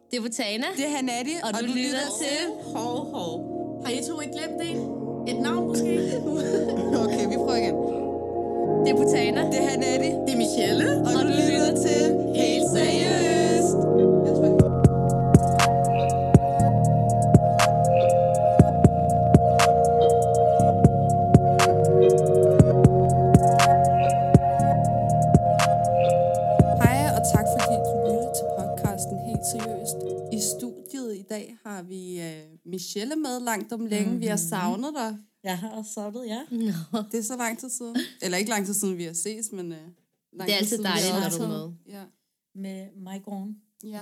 Det er Botana. Det er Hanatti, og du lytter til... Hov. Har I to ikke glemt det? Et navn måske? Okay, vi prøver igen. Det er Botana. Det er Hanatti, Det er Michelle. og du lytter til Helt Seriøst. Jeg tror ikke. Hej, og tak fordi du lytter til podcasten Helt Seriøst. I studiet i dag har vi Michelle med langt om længe. Vi har savnet dig. Jeg har også savnet jer. Det er så lang tid siden. Eller ikke lang tid siden, vi har ses, men... Det er altid dejligt, når du er med. Ja. Med mig gården. Ja.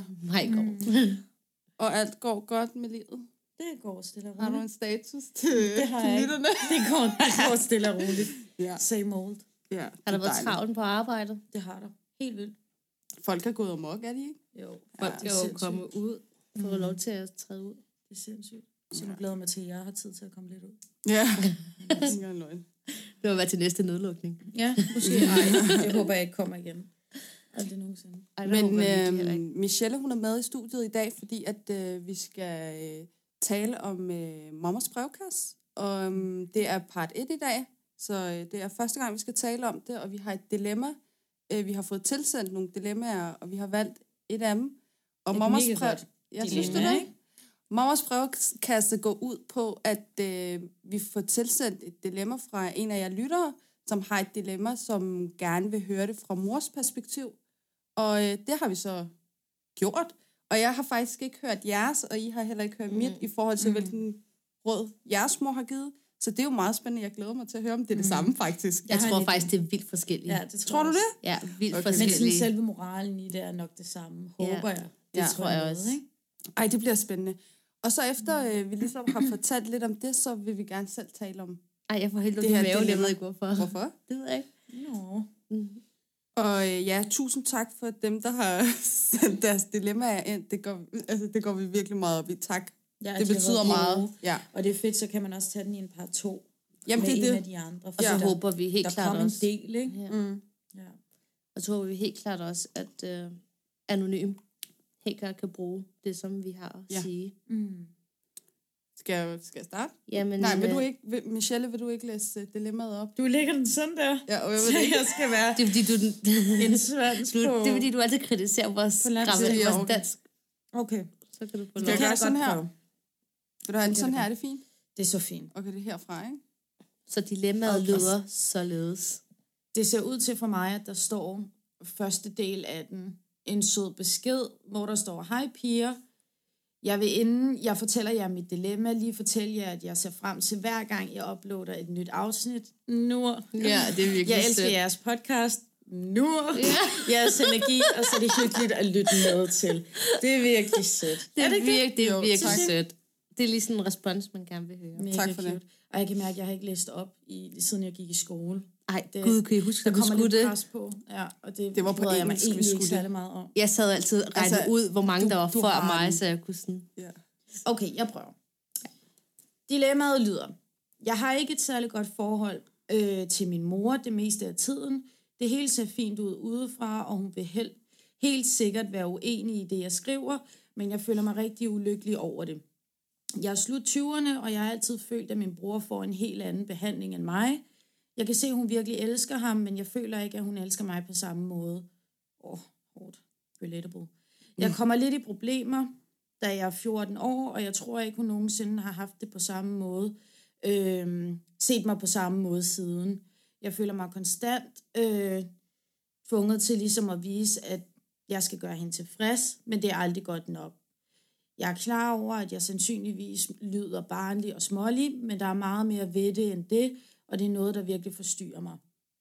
Og alt går godt med livet. Det går stille og Har du roligt. en status til Det har jeg ikke. lytterne? Det går stille og roligt. Ja. Same old. Ja, Har der været travlt på arbejdet? Det har der. Helt vildt. Folk har gået amok, er de ikke? Jo. Folk det skal er jo sindssygt. komme ud. Få lov til at træde ud. Det er sindssygt. Så nu glæder jeg mig til, at jeg har tid til at komme lidt ud. Ja. Det er ikke løgn. Det må være til næste nedlukning. Ja, måske. Ej, det håber jeg ikke kommer igen. Aldrig nogensinde. Ej, det håber jeg virkelig heller ikke. Men Michelle, hun er med i studiet i dag, fordi at vi skal tale om Mamas brevkasse. Og det er part 1 i dag, så det er første gang, vi skal tale om det, og vi har et dilemma. Vi har fået tilsendt nogle dilemmaer, og vi har valgt et af dem. Og Et Mamas mega godt jeg dilemma, synes det, ikke? Mamas brevkasse går ud på, at vi får tilsendt et dilemma fra en af jer lyttere, som har et dilemma, som gerne vil høre det fra mors perspektiv. Og det har vi så gjort. Og jeg har faktisk ikke hørt jeres, og I har heller ikke hørt mit, i forhold til, hvilken råd jeres mor har givet. Så det er jo meget spændende. Jeg glæder mig til at høre, om det er det samme, faktisk. Jeg har tror lidt- faktisk, det er vildt forskelligt. Ja, det Tror du det? Ja, vildt Okay. Men sådan forskelligt. selve moralen i det er nok det samme, håber jeg. Det Ja, tror jeg noget, også. Ikke? Ej, det bliver spændende. Og så efter vi ligesom har fortalt lidt om det, så vil vi gerne selv tale om, Ej, jeg får helt Det ondt i her maven. Jeg dilemma. ved ikke, hvorfor. hvorfor. Det ved jeg ikke. Nå. Og ja, tusind tak for dem, der har sendt deres dilemmaer ind. Det går vi virkelig meget op i. Tak. Ja, Det de har betyder været meget. gode. Ja. Og det er fedt, så kan man også tage den i en par 2 Jamen, med det er en det. af de andre. Og så der, håber vi helt der klart kom en også... del, ikke? Ja. Ja. Og så håber vi helt klart også, at Anonym helt klart kan bruge det, som vi har at sige. Skal jeg starte? Jamen, Nej, Michelle, vil du ikke læse dilemmaet op? Du lægger den sådan der, Ja, og jeg så vil ikke. jeg skal være det er fordi, en svans på... det er fordi, du altid kritiserer vores På landsiden. grammar, Ja, vores okay. dansk. Okay, Så kan du få Skal lov. jeg gøre jeg sådan godt her? prøve. Vil du have den sådan her? Er det fint? Det er så fint. Okay, det er herfra, ikke? Så dilemmaet lyder således. Det ser ud til for mig, at der står første del af den, en sød besked, hvor der står, hej piger, jeg vil inden jeg fortæller jer mit dilemma, lige fortælle jer, at jeg ser frem til hver gang, jeg uploader et nyt afsnit. Nu. Ja, det er virkelig Jeg elsker sødt. jeres podcast. Nu. Jeres energi, og så er det hyggeligt at lytte med til. Det er virkelig sødt. Det er virkelig, Jo, virkelig tak. sødt. Det er lige sådan en respons, man gerne vil høre. Mega Tak for det. cute. Og jeg kan mærke, at jeg har ikke læst op, siden jeg gik i skole. Ej, Gud, kan I huske, Der at vi kommer skulle lidt det? pres på. Ja, og det Det var på bryder jeg mig engelsk, vi egentlig skulle ikke det. særlig meget om. Jeg sad altid og regnede Altså, ud, hvor mange der var du før har mig, den. så jeg kunne sådan... Ja. Okay, jeg prøver. Dilemmaet lyder, jeg har ikke et særligt godt forhold til min mor det meste af tiden. Det hele ser fint ud udefra, og hun vil helt sikkert være uenig i det, jeg skriver, men jeg føler mig rigtig ulykkelig over det. Jeg er slut 20'erne, og jeg har altid følt, at min bror får en helt anden behandling end mig. Jeg kan se, at hun virkelig elsker ham, men jeg føler ikke, at hun elsker mig på samme måde. Hårdt. Relatable. Jeg kommer lidt i problemer, da jeg er 14 år, og jeg tror ikke, hun nogensinde har haft det på samme måde. Set mig på samme måde siden. Jeg føler mig konstant tvunget til ligesom at vise, at jeg skal gøre hende tilfreds, men det er aldrig godt nok. Jeg er klar over, at jeg sandsynligvis lyder barnlig og smålig, men der er meget mere ved det end det, og det er noget, der virkelig forstyrrer mig.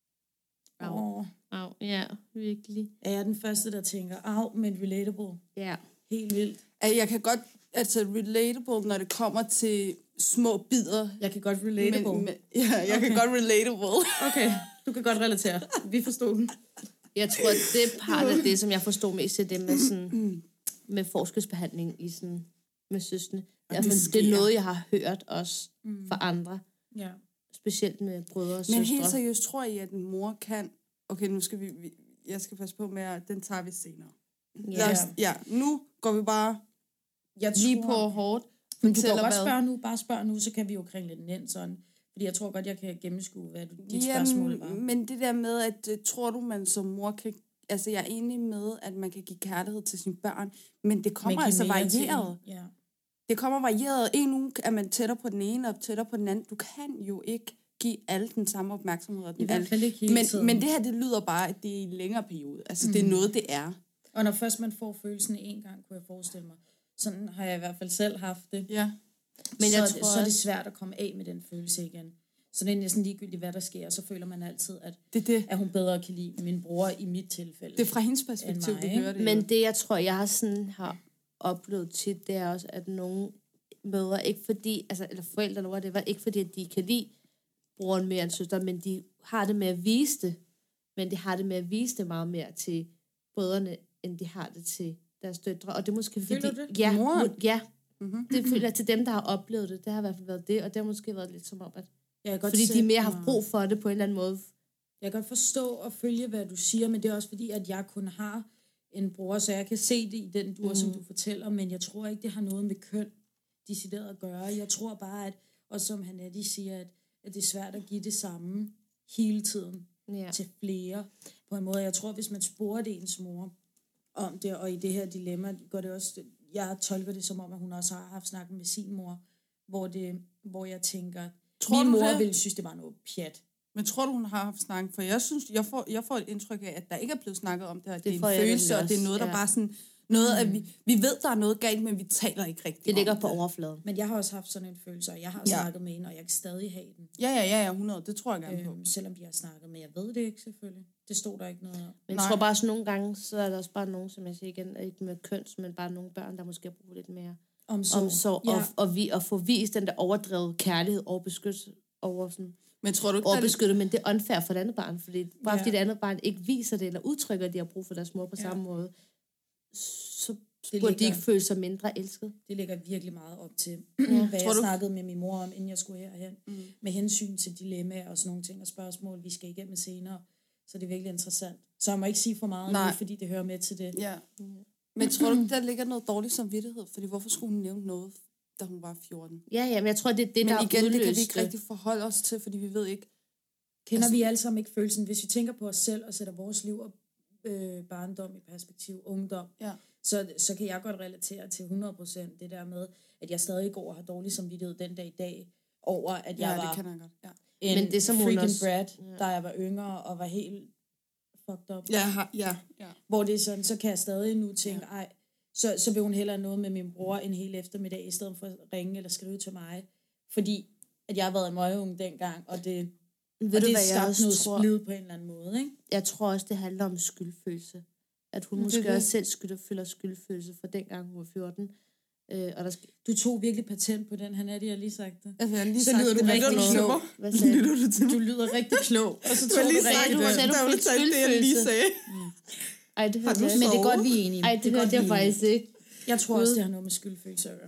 Au. Au, ja, virkelig. Er jeg den første, der tænker, au, men relatable. Ja. Helt vildt. Jeg kan godt, altså relatable, når det kommer til små bidder. Jeg kan godt relatable. Jeg kan godt relatable. Okay, du kan godt relatere. Vi forstod den. Jeg tror, at det er part af det, som jeg forstår mest, det med sådan... med forskelsbehandling i sådan, med søskende. Det er noget, jeg har hørt også fra andre. Ja. Specielt med brødre og Men søstre. helt seriøst, tror I, at en mor kan... Okay, nu skal jeg skal passe på med, at den tager vi senere. Ja. Nu går vi bare lige på hårdt. Men du kan godt spørge nu, så kan vi jo kringle lidt ind sådan. Fordi jeg tror godt, jeg kan gennemskue, hvad dit spørgsmål var. Men det der med, at tror du, man som mor kan... Altså, jeg er enig med, at man kan give kærlighed til sine børn, men det kommer altså varieret. Ja. Det kommer varieret. En uge er man tættere på den ene, og tættere på den anden. Du kan jo ikke give alle den samme opmærksomhed. I hvert fald ikke hele tiden. Men det her, det lyder bare, at det er i en længere periode. Altså, det er noget, det er. Og når først man får følelsen en gang, kunne jeg forestille mig. Sådan har jeg i hvert fald selv haft det. Ja. Men så er det svært at komme af med den følelse igen. Så det er næsten ligegyldigt, hvad der sker, og så føler man altid, at hun bedre kan lide min bror i mit tilfælde. Det er fra hendes perspektiv, det hører det. Men det, jeg tror, jeg har oplevet tit, det er også, at nogle mødre, ikke fordi, altså, eller forældre, det var ikke fordi, at de kan lide broren mere end søster, men de har det med at vise det. Men de har det med at vise det meget mere til brødrene, end de har det til deres døtre. Og det er måske fordi... Føler du det? Ja. Mm-hmm. Det føler jeg til dem, der har oplevet det. Det har i hvert fald været det, og det har måske været lidt som om, at fordi de mere har brug for det på en eller anden måde. Jeg kan godt forstå og følge, hvad du siger, men det er også fordi, at jeg kun har en bror, så jeg kan se det i den dur, som du fortæller, men jeg tror ikke, det har noget med køn decideret at gøre. Jeg tror bare, at, og som Hanette siger, at det er svært at give det samme hele tiden til flere på en måde. Jeg tror, hvis man spurgte ens mor om det, og i det her dilemma, går det også, jeg tolker det som om, at hun også har haft snakket med sin mor, hvor jeg tænker, min mor ville synes, det var noget pjat. Men tror du, hun har haft snakket? For jeg synes, jeg får et indtryk af, at der ikke er blevet snakket om det her. Det er en følelse, og det er noget, der bare sådan... Noget, at vi ved, der er noget galt, men vi taler ikke rigtigt. Det ligger på overfladen. Men jeg har også haft sådan en følelse, og jeg har snakket med hende, og jeg kan stadig have den. Ja, 100. Det tror jeg gerne på. Selvom vi har snakket, men jeg ved det ikke selvfølgelig. Det stod der ikke noget om. Men jeg tror bare, sådan nogle gange, så er der også bare nogen, som jeg siger igen, ikke med køns, men bare nogle børn, der måske har brug lidt mere omsorg. Og få vist den der overdrevet kærlighed og beskyttelse over sådan... Men tror du ikke, overbeskyttet, men det er unfair for det andet barn, fordi bare fordi det andet barn ikke viser det, eller udtrykker, at de har brug for deres mor på samme måde, så burde de ikke føle sig mindre elsket. Det ligger virkelig meget op til, hvad jeg snakkede med min mor om, inden jeg skulle herhen, med hensyn til dilemmaer og sådan nogle ting og spørgsmål, vi skal igennem senere. Så det er virkelig interessant. Så jeg må ikke sige for meget nu, fordi det hører med til det. Ja. Men tror du, der ligger noget dårligt samvittighed? Fordi hvorfor skulle hun nævne noget, da hun var 14? Ja, men jeg tror, det er det, der igen, udløste. Det kan vi ikke rigtig forholde os til, fordi vi ved ikke... Kender vi alle sammen ikke følelsen? Hvis vi tænker på os selv og sætter vores liv og barndom i perspektiv, ungdom, så kan jeg godt relatere til 100% det der med, at jeg stadig går og har dårlig samvittighed den dag i dag, over at jeg var det kan jeg godt. Ja. En men det, som freaking brat, da jeg var yngre og var helt fucked up. Ja. Hvor det er sådan, så kan jeg stadig nu tænke, så vil hun hellere noget med min bror en hel eftermiddag, i stedet for at ringe eller skrive til mig. Fordi at jeg har været en møgeunge dengang, og det skabte noget splid på en eller anden måde. Ikke? Jeg tror også, det handler om skyldfølelse. At hun måske også selv føler skyldfølelse for dengang hun var 14. Du tog virkelig patent på den, Hanette, jeg har lige sagt det. Altså, jeg lige så lyder du rigtig klog. Hvad sagde du? Du lyder rigtig klog. Og så tog du rigtig det, jeg lige sagde. Ej, det hørte jeg. Men det er godt, vi er enige. Ej, det hørte jeg faktisk ikke. Jeg tror også, det har noget med skyldfølelse at gøre.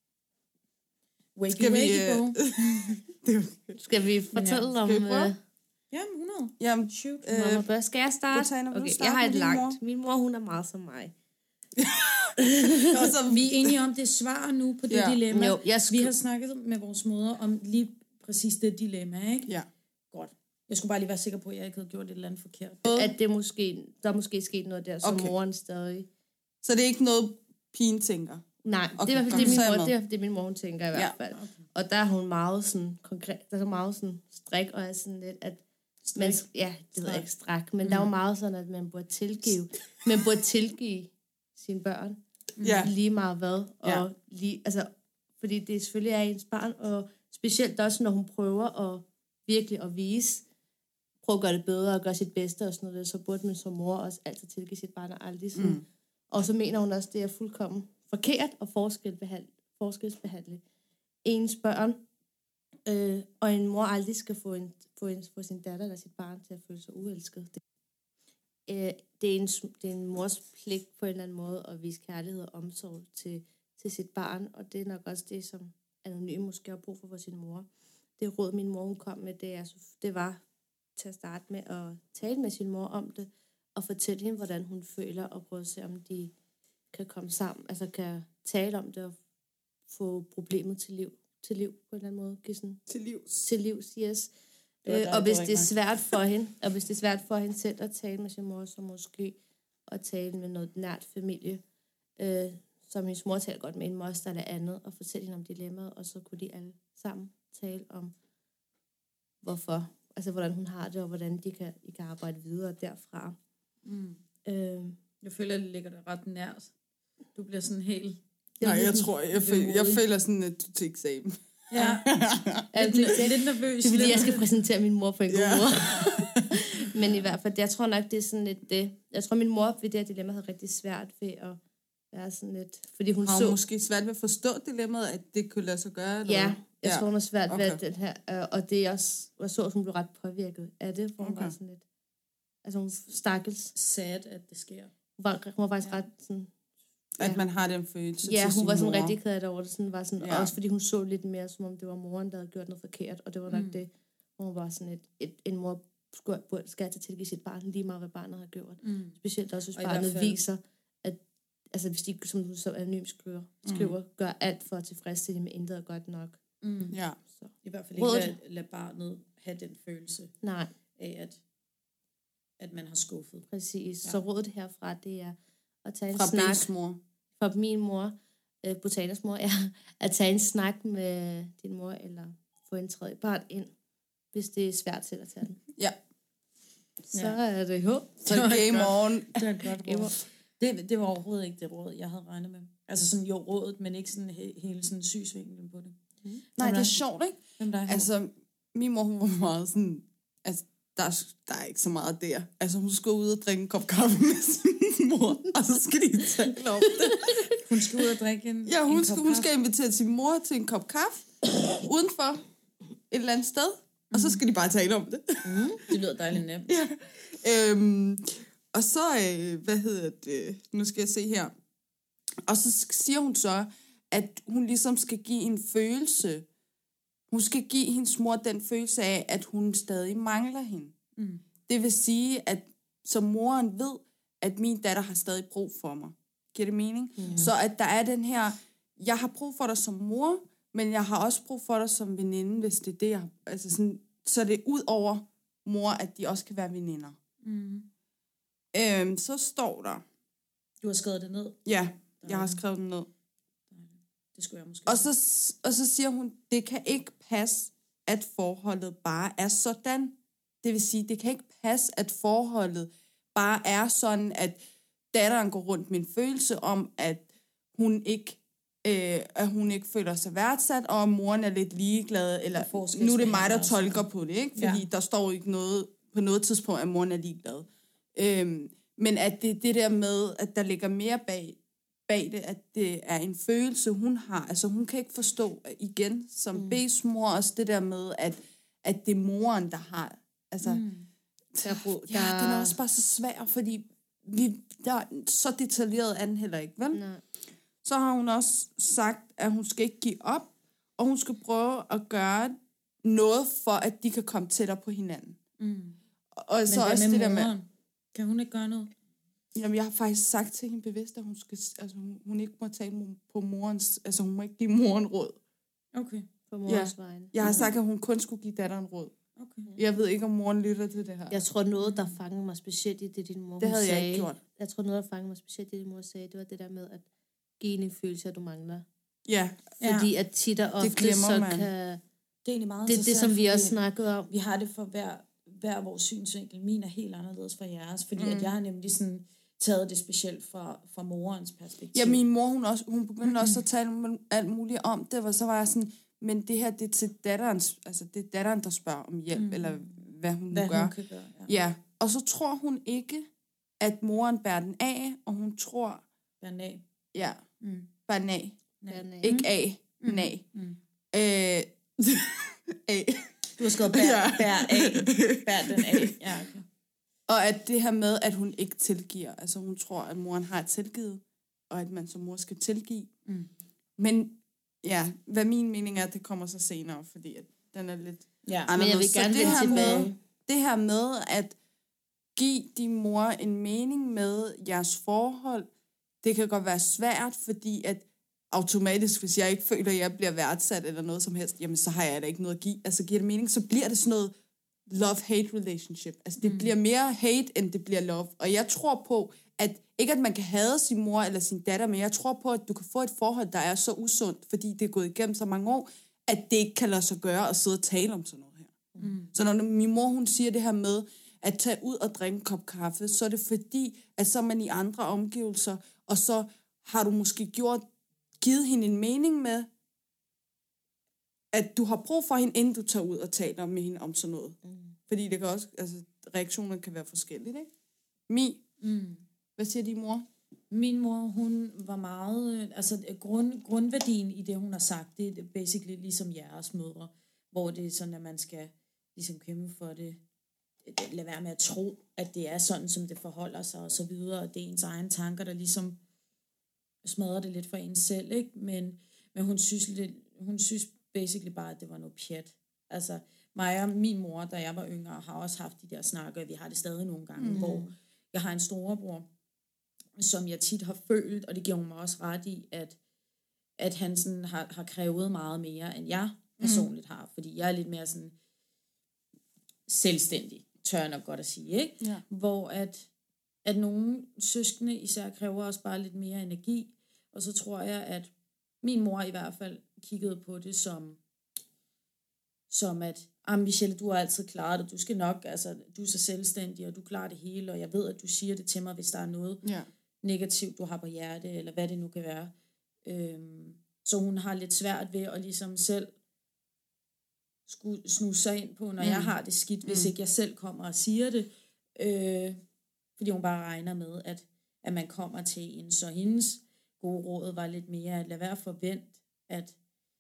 Skal vi fortælle om... Jamen, 100. Jamen, shoot. Skal jeg starte? Okay, jeg har et langt. Min mor, hun er meget som mig. Vi er enige om det svar nu på det dilemma. Jo, vi har snakket med vores mødre om lige præcis det dilemma, ikke? Ja. Godt. Jeg skulle bare lige være sikker på, at jeg ikke havde gjort et eller andet forkert. At det måske, der er måske sket noget der, som moren stadig... Så det er ikke noget, pigen tænker? Nej, det er i hvert fald det, min mor hun tænker i hvert fald. Okay. Og der er hun meget sådan konkret, der er meget sådan strik, og er sådan lidt, at man, det ved jeg ikke strak, men der er jo meget sådan, at man burde tilgive sine børn, lige meget hvad, og lige, altså, fordi det selvfølgelig er ens barn, og specielt også, når hun prøver at virkelig at prøve at gøre det bedre, og gøre sit bedste, og sådan noget, så burde man som mor også altid tilgive sit barn, og aldrig sådan, og så mener hun også, det er fuldkommen forkert at forskelsbehandle ens børn, og en mor aldrig skal få sin datter eller sit barn til at føle sig uelsket. Det er en mors pligt på en eller anden måde at vise kærlighed og omsorg til sit barn, og det er nok også det, som anonym måske har brug for sin mor. Det råd, min mor hun kom med, det var til at starte med at tale med sin mor om det, og fortælle hende, hvordan hun føler, og prøve at se, om de kan komme sammen, altså kan tale om det og få problemet til liv på en eller anden måde. Til livs, yes. Og hvis det er svært for hende, selv at tale med sin mor, så måske at tale med noget nært familie, som hendes mor taler godt med en moster eller andet, og fortælle hende om dilemmaet, og så kunne de alle sammen tale om, hvorfor, altså hvordan hun har det, og hvordan I kan arbejde videre derfra. Jeg føler, det ligger der ret nært. Du bliver sådan helt... Nej, jeg føler sådan, at du til eksamen. Ja, lidt nervøs. Det er fordi, jeg skal præsentere min mor på en god måde. Men i hvert fald, jeg tror nok, det er sådan lidt det. Jeg tror, min mor ved det her dilemma havde rigtig svært ved at være sådan lidt... Fordi hun har hun måske svært ved at forstå dilemmaet, at det kunne lade sig gøre? Eller? Ja, jeg tror, hun har svært ved den her. Og det er også... Jeg så, at hun blev ret påvirket af det, hvor hun var sådan lidt... Altså, hun stakkels. Sad, at det sker. Hun var faktisk ret sådan... At man har den følelse til hun var sådan rigtig ked af det over det. Sådan, var sådan, også fordi hun så lidt mere, som om det var moren, der havde gjort noget forkert. Og det var nok det, hvor hun var sådan en mor skal til tilgive sit barn, lige meget hvad barnet har gjort. Specielt også, hvis barnet viser, at altså, hvis de, som du så anonym skriver, gør alt for at tilfredsstille med intet er godt nok. Ja. Så. I hvert fald ikke lade barnet have den følelse af, at man har skuffet. Præcis. Ja. Så rådet herfra, det er at tage en fra snak. Mor. Fra min mor, Botanas mor, at tage en snak med din mor, eller få en tredje part ind, hvis det er svært selv at tage den. Ja. Så er det håb. Så game on. Det er et godt råd. Det var overhovedet ikke det råd, jeg havde regnet med. Altså sådan rådet, men ikke sådan hele sådan sygsvinglen på det. Nej, det er sjovt, ikke? Hvem der er altså, min mor, hun var meget sådan, altså, der er ikke så meget der. Altså, hun skal ud og drikke en kop kaffe med sin mor, og så skal de tale om det. Hun skal ud og drikke en hun skal invitere sin mor til en kop kaffe, udenfor et eller andet sted, og så skal de bare tale om det. Det lyder dejligt nemt. Ja. Og så, nu skal jeg se her. Og så siger hun så, at hun ligesom skal give en følelse. Hun skal give hendes mor den følelse af, at hun stadig mangler hende. Det vil sige, at så moren ved, at min datter har stadig brug for mig. Giver det mening? Så at der er den her, jeg har brug for dig som mor, men jeg har også brug for dig som veninde, hvis det er det, jeg... Altså sådan, så det er ud over mor, at de også kan være veninder. Så står der... Du har skrevet det ned? Ja, jeg har skrevet det ned. Det skulle jeg måske. Og så siger hun, det kan ikke passe, at forholdet bare er sådan. Det vil sige, det kan ikke passe, at forholdet bare er sådan, at datteren går rundt med en følelse om, at hun ikke føler sig værdsat, og moren er lidt ligeglad, eller nu er det mig, der tolker på det, ikke? Fordi der står ikke noget på noget tidspunkt, at moren er ligeglad. Men at det der med, at der ligger mere bag det, at det er en følelse, hun har. Altså hun kan ikke forstå igen, som B's mor, også det der med, at det er moren, der har. Altså, den er også bare så svær, fordi der så detaljeret er den heller ikke, vel? Nej. Så har hun også sagt, at hun skal ikke give op, og hun skal prøve at gøre noget for, at de kan komme tættere på hinanden. Og men så også det der med... Kan hun ikke gøre noget? Jamen, jeg har faktisk sagt til hende bevidst, at hun skal, altså hun ikke må tale på morens, altså hun må ikke give moren råd. Okay. På morens vegne. Jeg har sagt, at hun kun skulle give datteren råd. Okay. Jeg ved ikke, om moren lytter til det her. Jeg tror, noget, der fangede mig specielt i det, din mor det havde sagde. Jeg ikke gjort. Jeg tror, noget, der fangede mig specielt i det, din mor sagde, det var det der med, at give en følelse, at du mangler. Ja. Fordi at tit og ofte, så man. Kan... Det er meget det, som vi også snakkede om. Vi har det for hver vores synsvinkel. Min er helt anderledes fra jeres, fordi at jeg har nemlig sådan taget det specielt fra morens perspektiv. Ja, min mor, hun begyndte også at tale alt muligt om det, og så var jeg sådan, men det her, det er til datterens, altså det er datteren, der spørger om hjælp, eller hvad hun gør. Hun kan gøre, ja, og så tror hun ikke, at moren bærer den af, og hun tror... Bærer den af? Ja, bærer den af. Ikke af, men af. A. Du har skrevet bær af. Bær den af. Ja, okay. Og at det her med, at hun ikke tilgiver. Altså hun tror, at moren har tilgivet, og at man som mor skal tilgive. Men ja, hvad min mening er, det kommer så senere, fordi at den er lidt anderledes. Men jeg vil gerne vende tilbage. Det her med at give din mor en mening med jeres forhold, det kan godt være svært, fordi at automatisk, hvis jeg ikke føler, at jeg bliver værdsat eller noget som helst, jamen så har jeg da ikke noget at give. Altså giver det mening, så bliver det sådan noget love-hate relationship. Altså det bliver mere hate, end det bliver love. Og jeg tror på, at ikke at man kan hade sin mor eller sin datter, men jeg tror på, at du kan få et forhold, der er så usundt, fordi det er gået igennem så mange år, at det ikke kan lade sig gøre at sidde og tale om sådan noget her. Så når min mor, hun siger det her med, at tage ud og drikke en kop kaffe, så er det fordi, at så er man i andre omgivelser, og så har du måske givet hende en mening med, at du har brug for hende, inden du tager ud og taler med hende om sådan noget. Fordi det kan også, altså reaktionerne kan være forskellige, ikke? Hvad siger din mor? Min mor, hun var meget, altså grundværdien i det, hun har sagt, det er basically ligesom jeres mødre, hvor det er sådan, at man skal ligesom kæmpe for det, lad være med at tro, at det er sådan, som det forholder sig, og så videre, og det er ens egne tanker, der ligesom smadrer det lidt for en selv, ikke? Men hun synes basically bare, at det var noget pjat. Altså, mig og min mor, da jeg var yngre, har også haft de der snakker, og vi har det stadig nogle gange, hvor jeg har en storebror, som jeg tit har følt, og det giver hun mig også ret i, at han sådan har krævet meget mere, end jeg personligt har, fordi jeg er lidt mere sådan selvstændig, tør jeg nok godt at sige, ikke? Ja. Hvor at nogle søskende især kræver også bare lidt mere energi, og så tror jeg, at min mor i hvert fald kiggede på det som at, Michelle, du har altid klaret det, du skal nok, altså, du er så selvstændig, og du klarer det hele, og jeg ved, at du siger det til mig, hvis der er noget negativt, du har på hjerte, eller hvad det nu kan være. Så hun har lidt svært ved at ligesom selv skulle snuse sig ind på, når jeg har det skidt, hvis ikke jeg selv kommer og siger det. Fordi hun bare regner med, at man kommer til en. Så hendes gode råd var lidt mere, at lad være forvent, at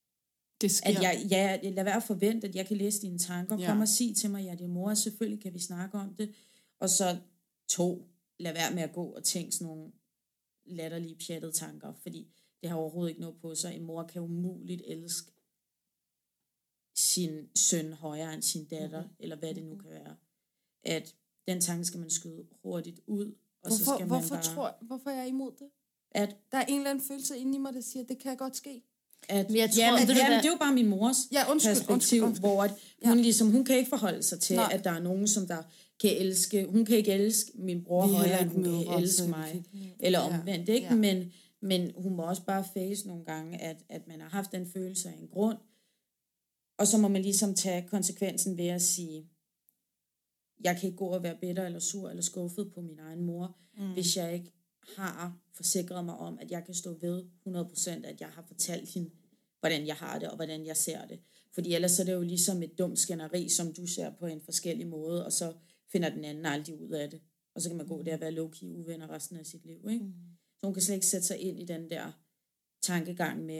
lad være forvent, at jeg kan læse dine tanker. Kom og sig til mig, ja, det er mor, selvfølgelig kan vi snakke om det. Og så 2, lad være med at gå og tænke sådan nogle latterlige, pjattede tanker, fordi det har overhovedet ikke noget på sig. En mor kan umuligt elske sin søn højere end sin datter, eller hvad det nu kan være. At den tanke skal man skyde hurtigt ud, og så skal man bare... Hvorfor er jeg imod det? At der er en eller anden følelse inde i mig, der siger, at det kan godt ske. Det er jo bare min mors perspektiv, hvor hun ligesom, hun kan ikke forholde sig til, at der er nogen, som der kan elske, hun kan ikke elske min bror højere, end hun kan elske mig, eller omvendt, ikke? Ja. Men hun må også bare face nogle gange, at man har haft den følelse af en grund, og så må man ligesom tage konsekvensen ved at sige, jeg kan ikke gå og være bitter, eller sur, eller skuffet på min egen mor, hvis jeg ikke har forsikret mig om, at jeg kan stå ved 100%, at jeg har fortalt hende, hvordan jeg har det, og hvordan jeg ser det. Fordi ellers er det jo ligesom et dumt skænderi, som du ser på en forskellig måde, og så finder den anden aldrig ud af det. Og så kan man gå der og være low-key uvenner resten af sit liv, ikke? Så hun kan slet ikke sætte sig ind i den der tankegang med,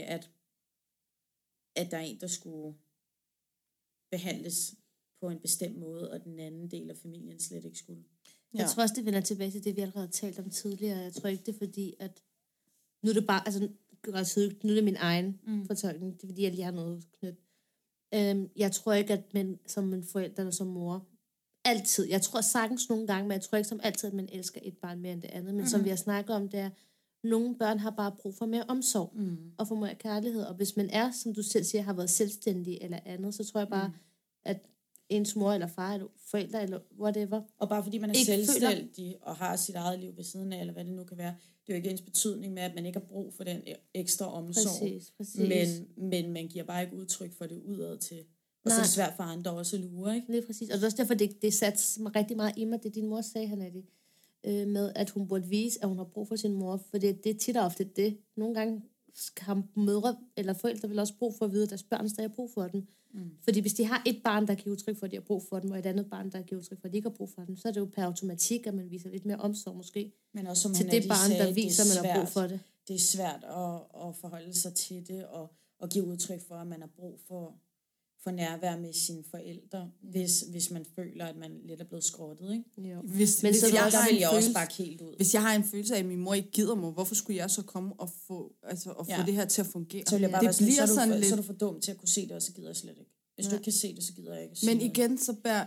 at der er en, der skulle behandles på en bestemt måde, og den anden del af familien slet ikke skulle. Jeg tror også, det vender tilbage til det, vi allerede har talt om tidligere. Jeg tror ikke, det er fordi, at nu er det bare, altså nu er det min egen fortolkning. Det er fordi, jeg lige har noget knyttet. Jeg tror ikke, at man som en forælder eller som mor, altid, jeg tror sagtens nogle gange, men jeg tror ikke som altid, at man elsker et barn mere end det andet. Men som vi har snakket om, det er, nogle børn har bare brug for mere omsorg og for mere kærlighed. Og hvis man er, som du selv siger, har været selvstændig eller andet, så tror jeg bare, at ens mor eller far eller forældre eller whatever. Og bare fordi man er selvstændig og har sit eget liv ved siden af, eller hvad det nu kan være, det er jo ikke ens betydning med, at man ikke har brug for den ekstra omsorg. Præcis. Men man giver bare ikke udtryk for det udad til. Og så er det svært for andre også at lure, ikke? Lige præcis. Og det er også derfor, det satte mig rigtig meget i mig, det din mor sagde, Hanette, med at hun burde vise, at hun har brug for sin mor. For det er tit og ofte det. Nogle gange har mødre eller forældre vil også brug for at vide, at deres børn stadig har brug for dem. Fordi hvis de har et barn, der giver udtryk for, at de har brug for dem, og et andet barn, der giver udtryk for, at de ikke har brug for dem, så er det jo per automatik, at man viser lidt mere omsorg måske. Men også, til det barn, der viser, at man har brug for det. Det er svært at forholde sig til det, og give udtryk for, at man har brug for nærvær med sine forældre, hvis man føler, at man lidt er blevet skrottet, ikke? Jo. Men så vil jeg også bakke helt ud. Hvis jeg har en følelse af, at min mor ikke gider mig, hvorfor skulle jeg så komme og få det her til at fungere? Så vil jeg bare det bliver sådan lidt... Så er du for dum til at kunne se det, og så gider jeg slet ikke. Hvis du ikke kan se det, så gider jeg ikke. Men igen,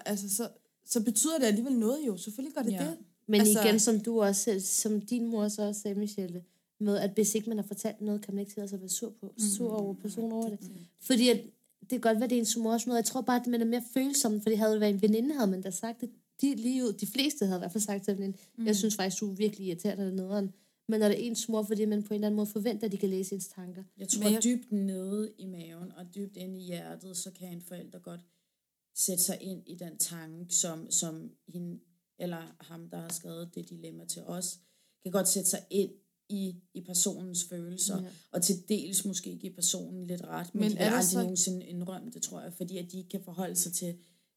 så betyder det alligevel noget jo. Selvfølgelig gør det det. Men igen, som du også, som din mor så også sagde, Michelle, med, at hvis ikke man har fortalt noget, kan man ikke tillade sig at være sur over personen over det. Fordi at, det kan godt være, det er ens humor og sådan noget. Jeg tror bare, at man er mere følsom, for det havde været en veninde, havde man da sagt det. De fleste havde i hvert fald sagt til veninde, jeg synes faktisk, du er virkelig irriterende eller nederen. Men når det er ens mor, fordi man på en eller anden måde forventer, at de kan læse ens tanker. Jeg tror, dybt nede i maven og dybt inde i hjertet, så kan en forælder godt sætte sig ind i den tanke, som hende eller ham, der har skrevet det dilemma til os, kan godt sætte sig ind i personens følelser, og til dels måske give personen lidt ret, men de vil aldrig nogensinde indrømme det, tror jeg, fordi at de ikke kan forholde sig til,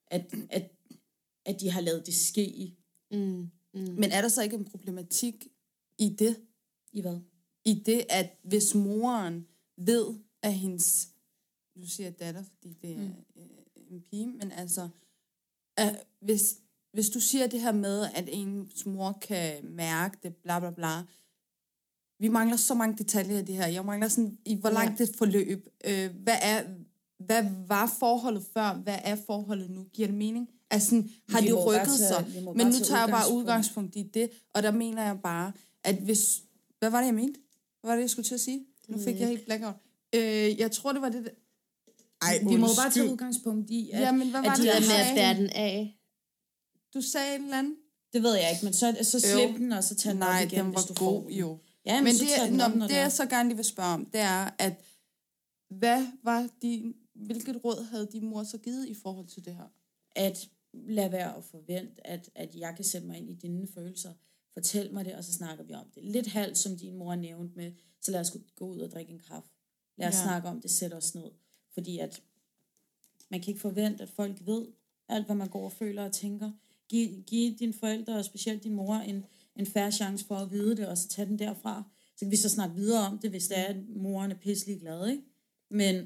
at de har lavet det ske. Men er der så ikke en problematik i det? I hvad? I det, at hvis moren ved, at hendes, nu siger jeg datter, fordi det er en pige, men altså, hvis du siger det her med, at ens mor kan mærke det, bla bla bla, vi mangler så mange detaljer i det her. Jeg mangler sådan, i hvor langt det forløb. Hvad var forholdet før? Hvad er forholdet nu? Giver det mening? Altså, har det rykket sig? Men nu tager jeg bare udgangspunkt i det, og der mener jeg bare, at hvis... Hvad var det, jeg mente? Hvad var det, jeg skulle til at sige? Nu fik jeg helt blackout. Jeg tror, det var det... Vi må bare tage udgangspunkt i, at, jamen, hvad var at de er med at bære den af. Du sagde et eller andet? Det ved jeg ikke, men så slip den, og så tag den op igen, den var hvis du god, får den. jo. Ja, men det jeg så gerne lige vil spørge om, det er, at hvilket råd havde din mor så givet i forhold til det her? At lad være at forvente, at jeg kan sætte mig ind i dine følelser. Fortæl mig det, og så snakker vi om det. Lidt halvt, som din mor nævnte med, så lad os gå ud og drikke en kaffe. Lad os snakke om det, sæt os ned. Fordi at man kan ikke forvente, at folk ved alt, hvad man går og føler og tænker. Giv dine forældre, og specielt din mor, en fair chance for at vide det, og så tage den derfra. Så kan vi så snakke videre om det, hvis det er, at moren er pisselig glad, ikke? Men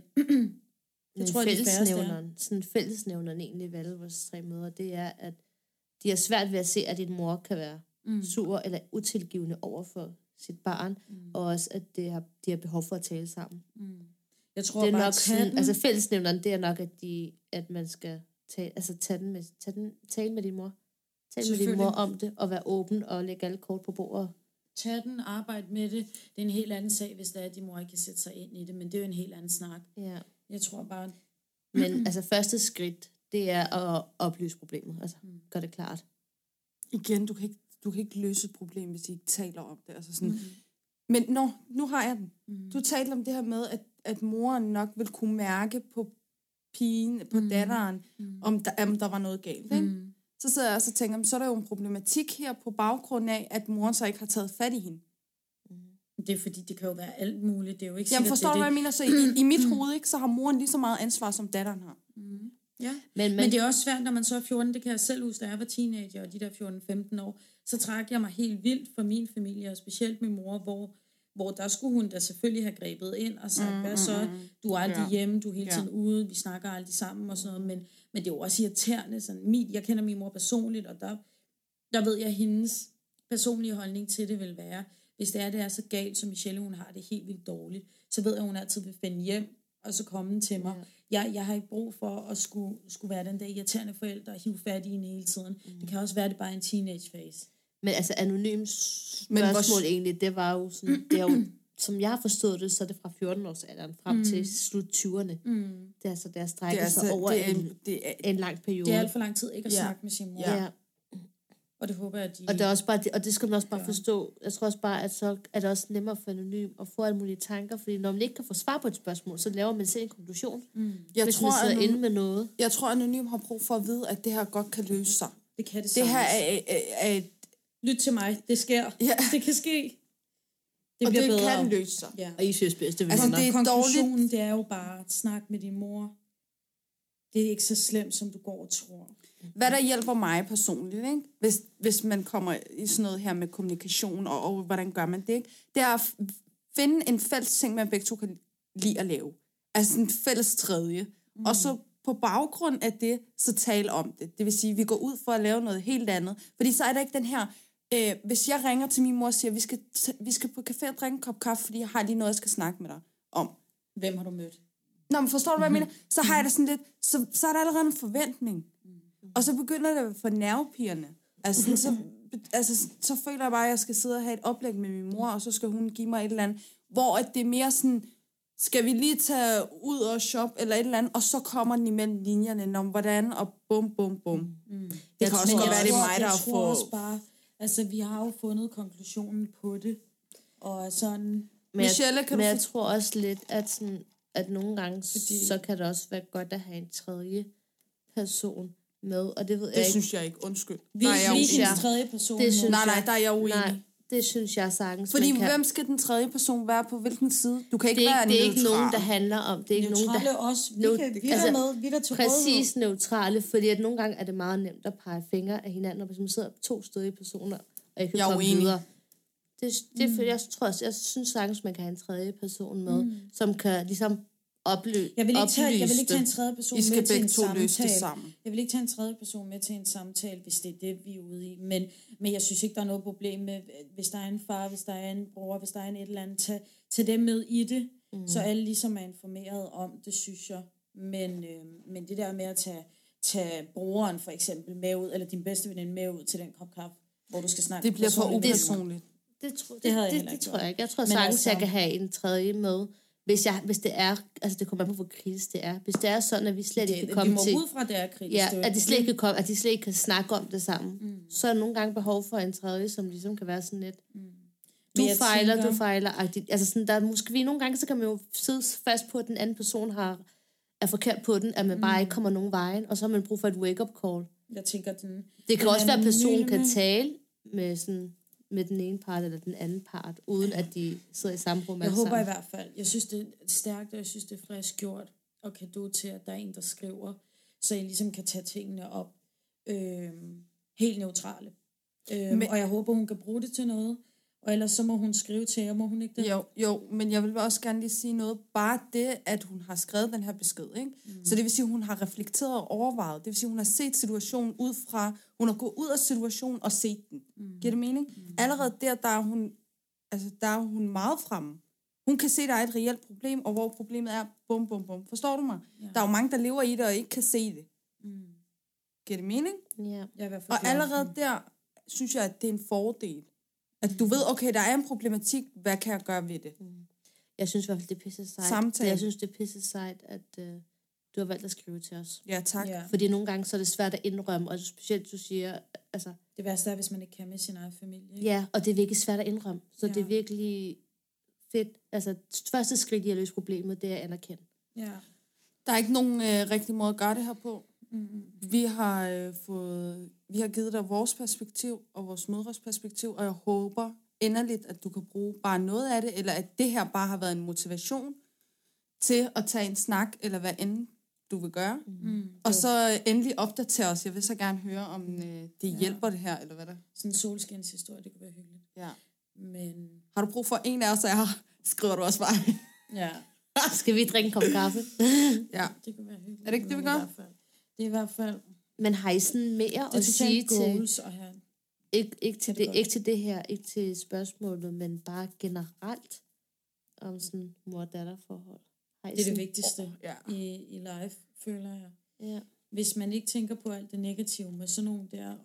jeg tror, det er sådan fællesnævneren egentlig ved alle vores 3 mødre, det er, at de har svært ved at se, at din mor kan være sur eller utilgivende over for sit barn, og også, at de har behov for at tale sammen. Jeg tror det er bare, nok sådan, altså fællesnævneren, det er nok, at man skal tale med din mor. Tale med din mor om det, og være åben og lægge alle kort på bordet. Tag den, arbejde med det. Det er en helt anden sag, hvis det er, at din mor ikke kan sætte sig ind i det, men det er jo en helt anden snak. Ja. Jeg tror bare... Men altså første skridt, det er at oplyse problemet. Altså, gør det klart. Igen, du kan ikke løse et problem, hvis I ikke taler om det. Altså sådan, men nu har jeg den. Du talte om det her med, at moren nok vil kunne mærke på pigen, på datteren, om der var noget galt. Ikke? Så sidder jeg også og tænker, så er der jo en problematik her på baggrund af, at moren så ikke har taget fat i hende. Det er fordi, det kan jo være alt muligt. Det er jo ikke sikkert, forstår du, hvad jeg mener? Så i mit hoved, ikke, så har moren lige så meget ansvar, som datteren har. Ja, men det er også svært, når man så er 14. Det kan jeg selv huske, da jeg var teenager, og de der 14-15 år, så trak jeg mig helt vildt for min familie, og specielt min mor, hvor der skulle hun da selvfølgelig have grebet ind og sagt, hvad så, du er aldrig hjemme, du er hele tiden ude, vi snakker aldrig sammen og sådan noget, men det er jo også irriterende. Sådan, jeg kender min mor personligt, og der ved jeg, hendes personlige holdning til det vil være, hvis det er så galt, som Michelle, hun har det helt vildt dårligt, så ved jeg, at hun altid vil finde hjem, og så komme til mig. Jeg har ikke brug for at skulle være den der irriterende forælder og hive fat i hende hele tiden. Det kan også være, det bare en teenage phase. Men altså anonym spørgsmål egentlig, det var jo sådan, det er jo, som jeg har forstået det, så er det fra 14-årsalderen frem til slut 20'erne. Det er altså deres strækker sig over en lang periode. Det er alt for lang tid ikke at snakke med sin mor. Ja. Og det håber jeg, at de... Og det er også bare, og det skal man også bare forstå. Jeg tror også bare, at så er det også nemmere for anonym at få alle mulige tanker, fordi når man ikke kan få svar på et spørgsmål, så laver man selv en konklusion. Hvis man sidder inde med noget. Jeg tror, at anonym har brug for at vide, at det her godt kan løse sig. Det kan det Det her er lyt til mig, det sker. Ja. Det kan ske. Det bliver bedre. Og det kan løse sig. Ja. Og I synes bedst, det vil altså, det er konklusionen, dårligt. Det er jo bare at snakke med din mor. Det er ikke så slemt, som du går og tror. Hvad der hjælper mig personligt, ikke? Hvis man kommer i sådan noget her med kommunikation, og hvordan gør man det, ikke? Det er at finde en fælles ting, man begge to kan lide at lave. Altså en fælles tredje. Og så på baggrund af det, så tale om det. Det vil sige, at vi går ud for at lave noget helt andet. Fordi så er der ikke den her... hvis jeg ringer til min mor og siger, vi skal på café og drikke en kop kaffe, fordi jeg har lige noget, jeg skal snakke med dig om. Hvem har du mødt? Nå, men forstår du, hvad jeg mener? Så har jeg da sådan lidt... Så er der allerede en forventning. Og så begynder det for nervepigerne. Altså, altså, så føler jeg bare, at jeg skal sidde og have et oplæg med min mor, og så skal hun give mig et eller andet, hvor at det er mere sådan, skal vi lige tage ud og shoppe, eller et eller andet, og så kommer den imellem linjerne, om hvordan, og bum, bum, bum. Det kan også godt være, det er mig, der har fået... også bare, altså, vi har jo fundet konklusionen på det, og sådan... Men jeg tror også lidt, at, sådan, at nogle gange, så kan det også være godt at have en tredje person med, og det ved jeg ikke. Det synes jeg ikke, undskyld. Vi er en tredje person. Nej, der er jeg uenig. Nej, det synes jeg sagtens. Fordi hvem skal den tredje person være på hvilken side? Du kan ikke være det er ikke nogen, der handler om. Det er ikke neutrale nogen, der også. Vi er med, vi er der til præcis neutrale, fordi at nogle gange er det meget nemt at pege fingre af hinanden, og hvis man sidder 2 stødige personer, og ikke kan komme videre. Jeg synes sagtens, man kan have en tredje person med, som kan ligesom oplyse. Jeg vil ikke tage en tredje person med til en samtale. Sammen. Jeg vil ikke tage en tredje person med til en samtale, hvis det er det, vi er ude i. Men jeg synes ikke, der er noget problem med, hvis der er en far, hvis der er en bror, hvis der er en et eller andet, tag dem med i det, så alle ligesom er informeret om det, synes jeg. Men det der med at tage broren for eksempel med ud, eller din bedste veninde med ud til den kop kaffe, hvor du skal snakke. Det bliver for upersonligt. Det tror jeg ikke. Jeg tror sagtens, jeg kan have en tredje med, hvis det er, altså det kommer an på, hvor kritisk det er. Hvis det er sådan, at vi slet ikke kan komme til... Vi må ud fra, det er kritisk. Ja, at de slet ikke kan komme, at de slet ikke kan snakke om det sammen. Så er der nogle gange behov for en tredje, som ligesom kan være sådan lidt... Du fejler. Altså sådan, der måske vi nogle gange, så kan man jo sidde fast på, at den anden person er forkert på den, at man bare ikke kommer nogen vejen, og så har man brug for et wake-up call. Jeg tænker, det kan også være, at personen kan tale med den ene part eller den anden part, uden at de sidder i samme rum. Jeg håber i hvert fald. Jeg synes, det er stærkt, og jeg synes, det er frisk gjort, og kado til, at der er en, der skriver, så I ligesom kan tage tingene op helt neutrale. Og jeg håber, hun kan bruge det til noget, og ellers så må hun skrive til jer, må hun ikke det? Jo, men jeg vil også gerne lige sige noget. Bare det, at hun har skrevet den her besked, ikke? Så det vil sige, at hun har reflekteret og overvejet. Det vil sige, at hun har set situationen ud fra... Hun har gået ud af situationen og set den. Giver det mening? Allerede der er hun meget fremme. Hun kan se, at der er et reelt problem, og hvor problemet er bum, bum, bum. Forstår du mig? Ja. Der er jo mange, der lever i det og ikke kan se det. Giver det mening? Ja. Og allerede der synes jeg, at det er en fordel. At du ved, okay, der er en problematik, hvad kan jeg gøre ved det? Jeg synes i hvert fald, det er pisse sejt. Samtale. Jeg synes, det er pisse sejt, at du har valgt at skrive til os. Ja, tak. Ja. Fordi nogle gange, så er det svært at indrømme, og specielt, du siger, altså... Det værste er, hvis man ikke kan med sin egen familie. Ikke? Ja, og det er virkelig svært at indrømme. Så det er virkelig fedt. Altså, første skridt i at løse problemet, det er at anerkende. Ja. Der er ikke nogen rigtig måde at gøre det her på. Vi har givet dig vores perspektiv og vores mødres perspektiv, og jeg håber inderligt, at du kan bruge bare noget af det, eller at det her bare har været en motivation til at tage en snak, eller hvad end du vil gøre. Og så endelig opdatere os. Jeg vil så gerne høre, om det hjælper det her, eller hvad der. Sådan en solskinshistorie, det kunne være hyggeligt. Ja. Men... Har du brug for en af os, skriver du også bare. Ja. Skal vi drikke en kop kaffe? Ja. Det kunne være hyggeligt. Er det ikke det, vi gør? Det er i hvert fald... Men har I sådan mere at sige til... Ikke til det her, ikke til spørgsmålet, men bare generelt om sådan mor-datter-forhold. Det er det vigtigste i live, føler jeg. Ja. Hvis man ikke tænker på alt det negative med sådan nogle der,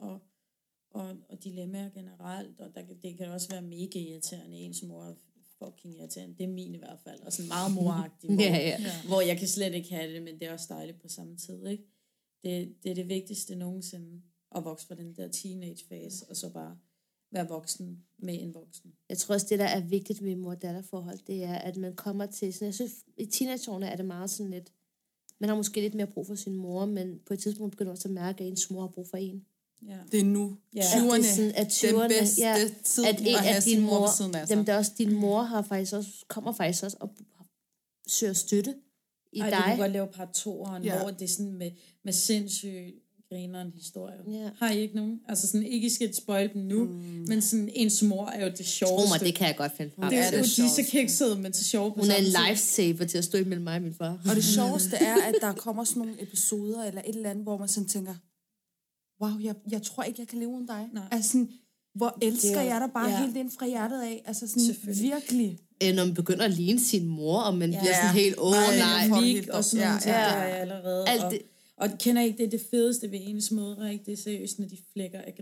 og dilemmaer generelt, og det kan også være mega irriterende, ens mor er fucking irriterende, det er min i hvert fald, og sådan meget moragtig, hvor jeg kan slet ikke have det, men det er også dejligt på samme tid, ikke? Det er det vigtigste nogensinde, at vokse fra den der teenage-fase, og så bare være voksen med en voksen. Jeg tror også, det der er vigtigt med mor-datter-forhold, det er, at man kommer til sådan, jeg synes, i teenageårene er det meget sådan lidt, man har måske lidt mere brug for sin mor, men på et tidspunkt begynder man også at mærke, at ens mor har brug for en. Ja. Det er nu. 20'erne. Den bedste tid at have sin mor ved siden af sig. Dem, der også, din mor kommer faktisk også og søger støtte i dig. Du kan godt lave part 2'eren, hvor det er sådan med sindssygt grineren historie. Yeah. Har I ikke nogen? Altså sådan, ikke I skal spoil dem nu, men sådan, ens mor er jo det sjoveste. Tro mig, det kan jeg godt finde frem. Det er de så kiksede, men så sjove på. Hun er en lifesaver til at stå imellem mig og min far. Og det sjoveste er, at der kommer sådan nogle episoder, eller et eller andet, hvor man sådan tænker, wow, jeg tror ikke, jeg kan leve uden dig. Nej. Altså sådan, hvor elsker jeg dig bare helt ind fra hjertet af. Altså sådan, virkelig. Når man begynder at ligne sin mor, og man bliver sådan helt, nej. Og sådan nogle ting, der er jeg allerede. Alt det. Og kender ikke det fedeste ved ens mødre, ikke? Det er seriøst, når de flækker af grin.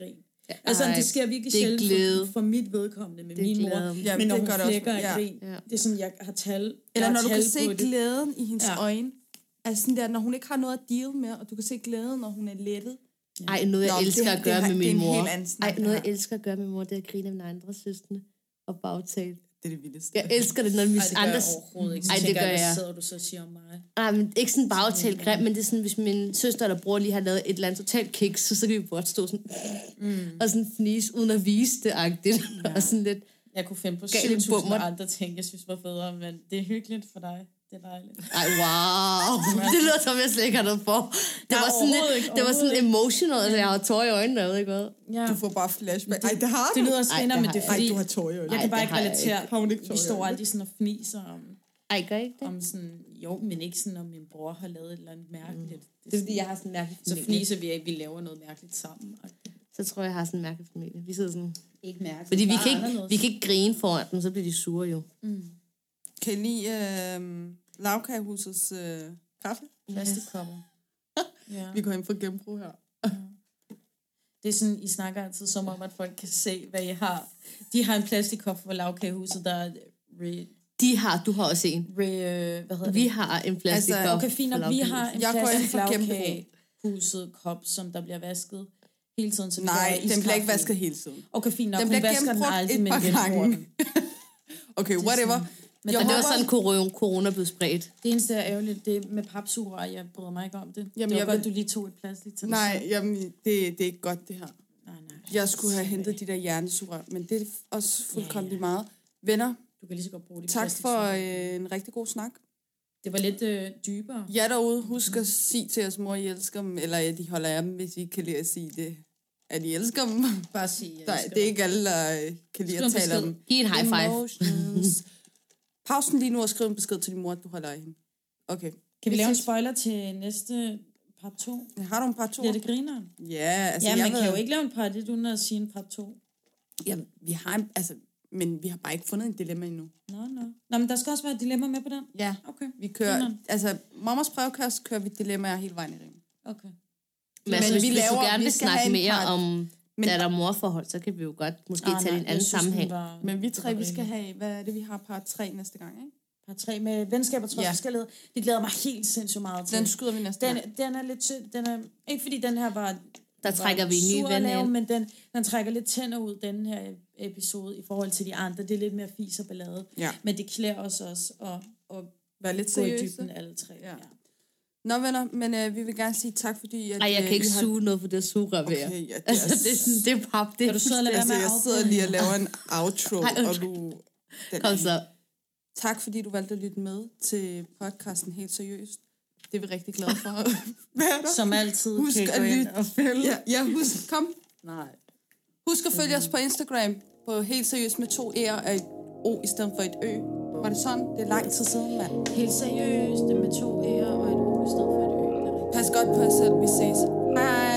Altså, det sker virkelig sjældent for mit vedkommende med min mor. Ja, men når hun flækker af grin, det er sådan, jeg har tal. Eller når du kan se glæden i hendes øjne. Altså sådan der, når hun ikke har noget at deal med, og du kan se glæden, når hun er lettet. Ej, noget jeg elsker at gøre med min mor. Noget jeg elsker at gøre med min mor, det er at grine med andre søstre og bagtale. Det er det vildeste. Jeg elsker det, når vi andre... det gør jeg overhovedet ikke. Så det gør jeg. Sidder du så og siger om mig? Nej, men ikke sådan bagtale grim, men det er sådan, hvis min søster eller bror lige har lavet et eller andet totalt kiks, så kan vi godt stå sådan og sådan fnise, uden at vise det-agtigt. Ja. Og sådan lidt... Jeg kunne finde på 7.000 andre ting, jeg synes var federe, men det er hyggeligt for dig. Det er dejligt. Ej, wow. Det lyder som, jeg slet ikke har noget for. Det var sådan emotional, altså jeg har tårer i øjnene, jeg ved ikke hvad. Ja. Du får bare flashback. Ej, det har du. Det lyder spændende, men det er fordi... Ej, du har tårer i øjnene. Jeg kan bare ikke relatere. Vi står aldrig sådan og fniser om... Ej, gør ikke det? Om sådan, jo, men ikke sådan, om min bror har lavet et eller andet mærkeligt. Det er fordi, jeg har sådan en mærkelig familie. Så fniser vi af, at vi laver noget mærkeligt sammen. Så tror jeg har sådan en mærkelig familie. Vi sidder sådan... Ikke mærkeligt. Fordi vi kan ikke grine foran dem, så bliver de sure jo. Kan I lide Lavkagehusets kaffe? Plastikkopper. Ja. Vi går hen for genbrug her. Det er sådan, I snakker altid som om, at folk kan se, hvad I har. De har en plastikkop for Lavkagehuset, der er... Du har også en. Hvad hedder det? Vi har en plastikkop. Altså, okay, fint, og vi har en plastik Lavkagehuset kop, som der bliver vasket hele tiden. Så nej, den bliver ikke vasket hele tiden. Okay, fint nok. Den bliver genbrugt aldrig, et par gange. Okay, whatever. Men det var sådan, corona blev spredt. Det eneste er ærgerligt, det er med papsugerør. Jeg bryder mig ikke om det. Jamen, det var godt, du lige tog et plastik til. Nej, jamen, det er ikke godt, det her. Nej. Jeg skulle have hentet de der hjernesugerør, men det er også fuldkommen lige meget. Venner, du kan lige så godt bruge de tak for en rigtig god snak. Det var lidt dybere. Ja, derude, husk at sige til os, mor, I elsker dem, eller at de holder af dem, hvis I kan lide at sige det. At I elsker dem. Bare sige, det er ikke alle, der kan lide at tale om. Giv en high five. Pausen lige nu og skrive en besked til din mor, at du holder af hende. Okay. Kan vi lave en spoiler til næste part 2? Har du en part 2? Ja, det griner. Ja, altså man kan jo ikke lave en part 1 uden at sige en part 2. Ja, vi har en, men vi har bare ikke fundet en dilemma endnu. Nå, men der skal også være et dilemma med på den? Ja, okay. Vi kører, Mamas brevkast kører vi dilemmaer hele vejen i ringen. Okay. Men hvis du gerne vil snakke mere om datter- og morforhold, så kan vi jo godt måske tage en anden sammenhæng. Men vi tre, vi skal have, hvad er det, vi har part 3 næste gang, ikke? Part 3 med venskab og trods forskellighed. Det glæder mig helt sindssygt meget til. Den skyder vi næste gang. Den er lidt den er ikke fordi den her var... Der trækker vi en ny ven ind. Men den trækker lidt tænder ud, den her episode, i forhold til de andre. Det er lidt mere fis og ballade. Ja. Men det klæder os også at være lidt gå i dybden alle tre. Ja. Nå venner, men vi vil gerne sige tak, fordi... Ej, jeg kan ikke suge noget for det sugerør ved jer. Okay, ja, det er sådan, det er pap. Det kan du sidde og lade være med jeg sidder lige og laver en outro, og du... Kom så. Tak, fordi du valgte at lytte med til podcasten Helt Seriøst. Det er vi rigtig glade for. Som altid. Husk at lytte og følge. Ja, husk. Kom. Nej. Husk at følge os på Instagram på Helt Seriøst med 2 E'er og et O i stedet for et Ø. Var det sådan? Det er lang tid siden, mand. Helt Seriøst med 2 E'er og et O i stedet for et Ø. Pas godt på jer selv. Vi ses. Hej.